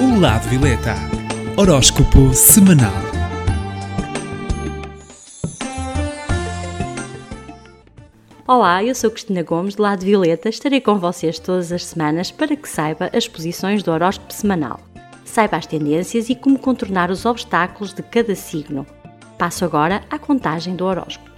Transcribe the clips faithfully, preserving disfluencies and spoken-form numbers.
O Lado Violeta. Horóscopo semanal. Olá, eu sou Cristina Gomes, do Lado Violeta. Estarei com vocês todas as semanas para que saiba as posições do horóscopo semanal. Saiba as tendências e como contornar os obstáculos de cada signo. Passo agora à contagem do horóscopo.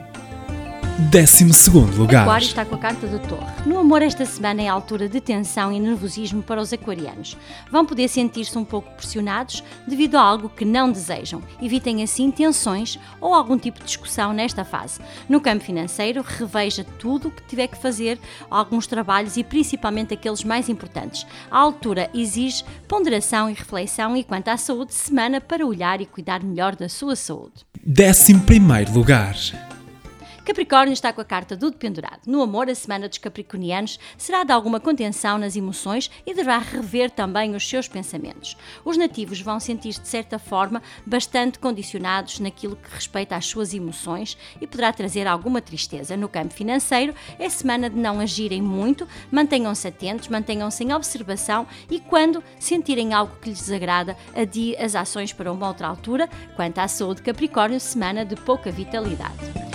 Décimo segundo lugar. Aquário está com a carta do Torre. No amor, esta semana é a altura de tensão e nervosismo para os aquarianos. Vão poder sentir-se um pouco pressionados devido a algo que não desejam. Evitem assim tensões ou algum tipo de discussão nesta fase. No campo financeiro, reveja tudo o que tiver que fazer, alguns trabalhos e principalmente aqueles mais importantes. A altura exige ponderação e reflexão e quanto à saúde, semana para olhar e cuidar melhor da sua saúde. Décimo primeiro lugar. Capricórnio está com a carta do Dependurado. No amor, a semana dos capricornianos será de alguma contenção nas emoções e deverá rever também os seus pensamentos. Os nativos vão sentir-se, de certa forma, bastante condicionados naquilo que respeita às suas emoções e poderá trazer alguma tristeza. No campo financeiro, é semana de não agirem muito, mantenham-se atentos, mantenham-se em observação e, quando sentirem algo que lhes desagrada, adie as ações para uma outra altura. Quanto à saúde, Capricórnio, semana de pouca vitalidade.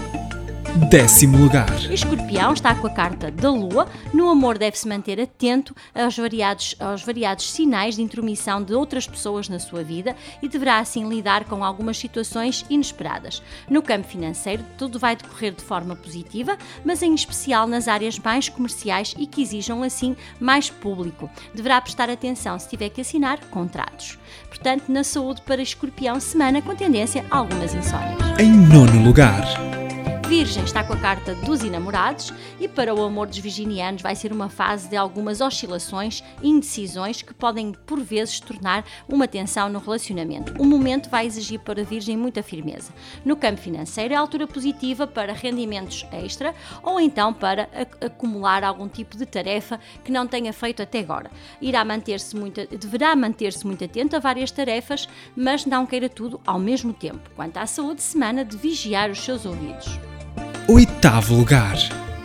Décimo lugar. Escorpião está com a carta da Lua. No amor, deve-se manter atento aos variados, aos variados sinais de intromissão de outras pessoas na sua vida e deverá assim lidar com algumas situações inesperadas. No campo financeiro, tudo vai decorrer de forma positiva, mas em especial nas áreas mais comerciais e que exijam assim mais público. Deverá prestar atenção se tiver que assinar contratos. Portanto, na saúde para Escorpião, semana com tendência a algumas insónias. Em nono lugar. Virgem está com a carta dos enamorados e para o amor dos virginianos vai ser uma fase de algumas oscilações e indecisões que podem por vezes tornar uma tensão no relacionamento. O momento vai exigir para a Virgem muita firmeza. No campo financeiro é a altura positiva para rendimentos extra ou então para acumular algum tipo de tarefa que não tenha feito até agora. Irá manter-se muito, deverá manter-se muito atento a várias tarefas, mas não queira tudo ao mesmo tempo. Quanto à saúde, semana de vigiar os seus ouvidos. Oitavo lugar.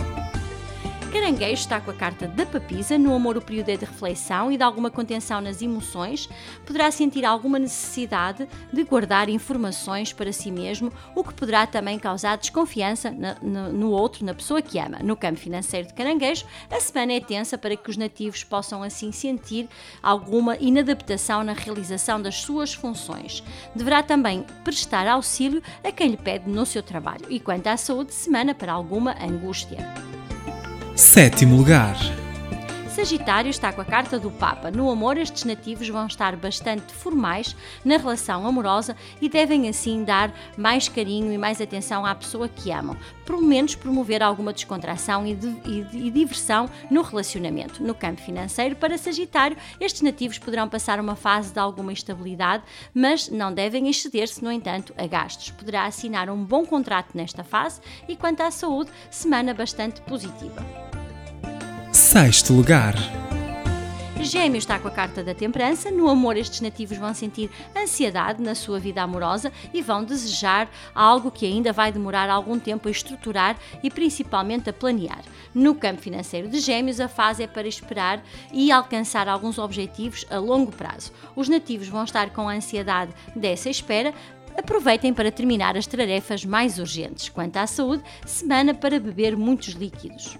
Caranguejo está com a carta da Papisa. No amor, o período é de reflexão e de alguma contenção nas emoções. Poderá sentir alguma necessidade de guardar informações para si mesmo, o que poderá também causar desconfiança na, no, no outro, na pessoa que ama. No campo financeiro de Caranguejo, a semana é tensa para que os nativos possam assim sentir alguma inadaptação na realização das suas funções. Deverá também prestar auxílio a quem lhe pede no seu trabalho. E quanto à saúde, semana para alguma angústia. Sétimo lugar. Sagitário está com a carta do Papa. No amor, estes nativos vão estar bastante formais na relação amorosa e devem assim dar mais carinho e mais atenção à pessoa que amam. Pelo menos promover alguma descontração e, de, e, e diversão no relacionamento. No campo financeiro, para Sagitário, estes nativos poderão passar uma fase de alguma instabilidade, mas não devem exceder-se, no entanto, a gastos. Poderá assinar um bom contrato nesta fase e, quanto à saúde, semana bastante positiva. Sexto lugar. Gêmeos está com a carta da temperança. No amor, estes nativos vão sentir ansiedade na sua vida amorosa e vão desejar algo que ainda vai demorar algum tempo a estruturar e principalmente a planear. No campo financeiro de Gêmeos, a fase é para esperar e alcançar alguns objetivos a longo prazo. Os nativos vão estar com a ansiedade dessa espera. Aproveitem para terminar as tarefas mais urgentes. Quanto à saúde, semana para beber muitos líquidos.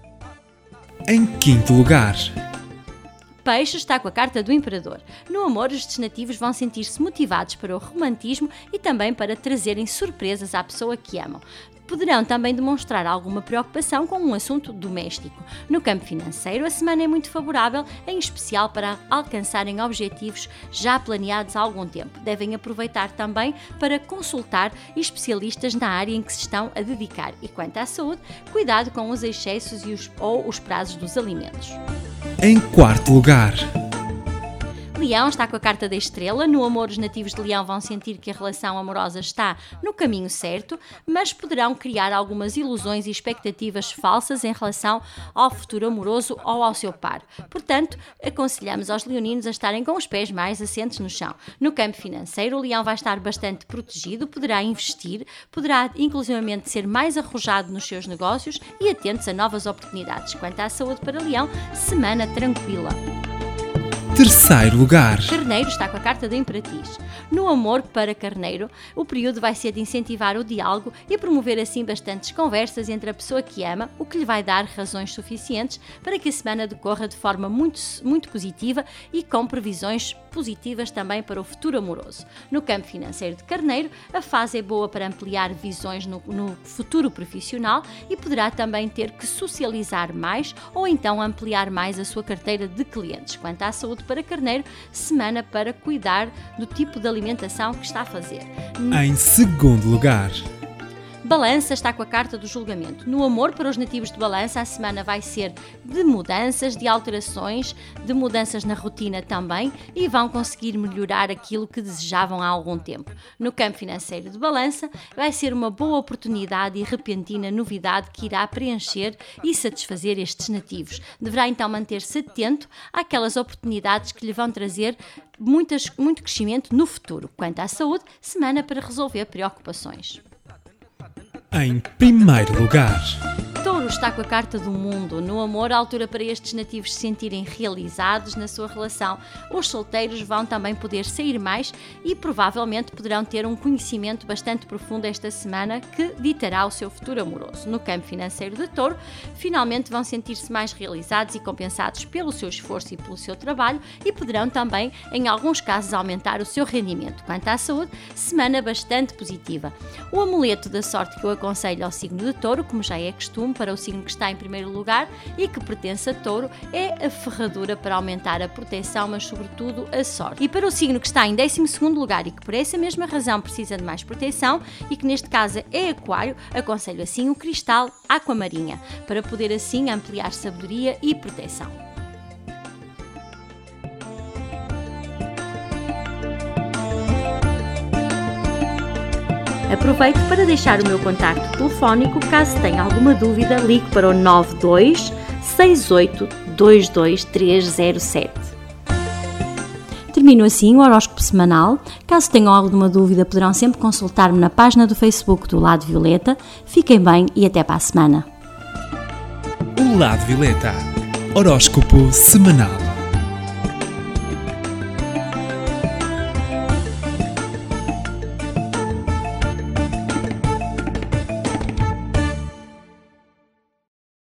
Em quinto lugar. Peixe está com a carta do Imperador. No amor, estes nativos vão sentir-se motivados para o romantismo e também para trazerem surpresas à pessoa que amam. Poderão também demonstrar alguma preocupação com um assunto doméstico. No campo financeiro, a semana é muito favorável, em especial para alcançarem objetivos já planeados há algum tempo. Devem aproveitar também para consultar especialistas na área em que se estão a dedicar. E quanto à saúde, cuidado com os excessos e os, ou os prazos dos alimentos. Em quarto lugar. Leão está com a carta da Estrela. No amor, os nativos de Leão vão sentir que a relação amorosa está no caminho certo, mas poderão criar algumas ilusões e expectativas falsas em relação ao futuro amoroso ou ao seu par. Portanto, aconselhamos aos leoninos a estarem com os pés mais assentes no chão. No campo financeiro, o Leão vai estar bastante protegido, poderá investir, poderá inclusivamente ser mais arrojado nos seus negócios e atentos a novas oportunidades. Quanto à saúde para Leão, semana tranquila. Terceiro lugar. Carneiro está com a carta da Imperatriz. No amor para Carneiro, o período vai ser de incentivar o diálogo e promover assim bastantes conversas entre a pessoa que ama, o que lhe vai dar razões suficientes para que a semana decorra de forma muito, muito positiva e com previsões positivas também para o futuro amoroso. No campo financeiro de Carneiro, a fase é boa para ampliar visões no, no futuro profissional e poderá também ter que socializar mais ou então ampliar mais a sua carteira de clientes. Quanto à saúde para Carneiro, semana para cuidar do tipo de alimentação que está a fazer. Em segundo lugar. Balança está com a carta do julgamento. No amor para os nativos de Balança, a semana vai ser de mudanças, de alterações, de mudanças na rotina também e vão conseguir melhorar aquilo que desejavam há algum tempo. No campo financeiro de Balança, vai ser uma boa oportunidade e repentina novidade que irá preencher e satisfazer estes nativos. Deverá então manter-se atento àquelas oportunidades que lhe vão trazer muitas, muito crescimento no futuro. Quanto à saúde, semana para resolver preocupações. Em primeiro lugar. Touro está com a carta do mundo. No amor, a altura para estes nativos se sentirem realizados na sua relação. Os solteiros vão também poder sair mais e provavelmente poderão ter um conhecimento bastante profundo esta semana que ditará o seu futuro amoroso. No campo financeiro de Touro, finalmente vão sentir-se mais realizados e compensados pelo seu esforço e pelo seu trabalho e poderão também, em alguns casos, aumentar o seu rendimento. Quanto à saúde, semana bastante positiva. O amuleto da sorte que eu aconselho ao signo de Touro, como já é costume, para o signo que está em primeiro lugar e que pertence a Touro, é a ferradura para aumentar a proteção, mas sobretudo a sorte. E para o signo que está em décimo segundo lugar e que por essa mesma razão precisa de mais proteção e que neste caso é Aquário, aconselho assim o cristal aquamarinha, para poder assim ampliar sabedoria e proteção. Aproveito para deixar o meu contacto telefónico. Caso tenha alguma dúvida, ligue para o nove dois seis oito dois dois três zero sete. Termino assim o horóscopo semanal. Caso tenham alguma dúvida, poderão sempre consultar-me na página do Facebook do Lado Violeta. Fiquem bem e até para a semana. O Lado Violeta. Horóscopo semanal.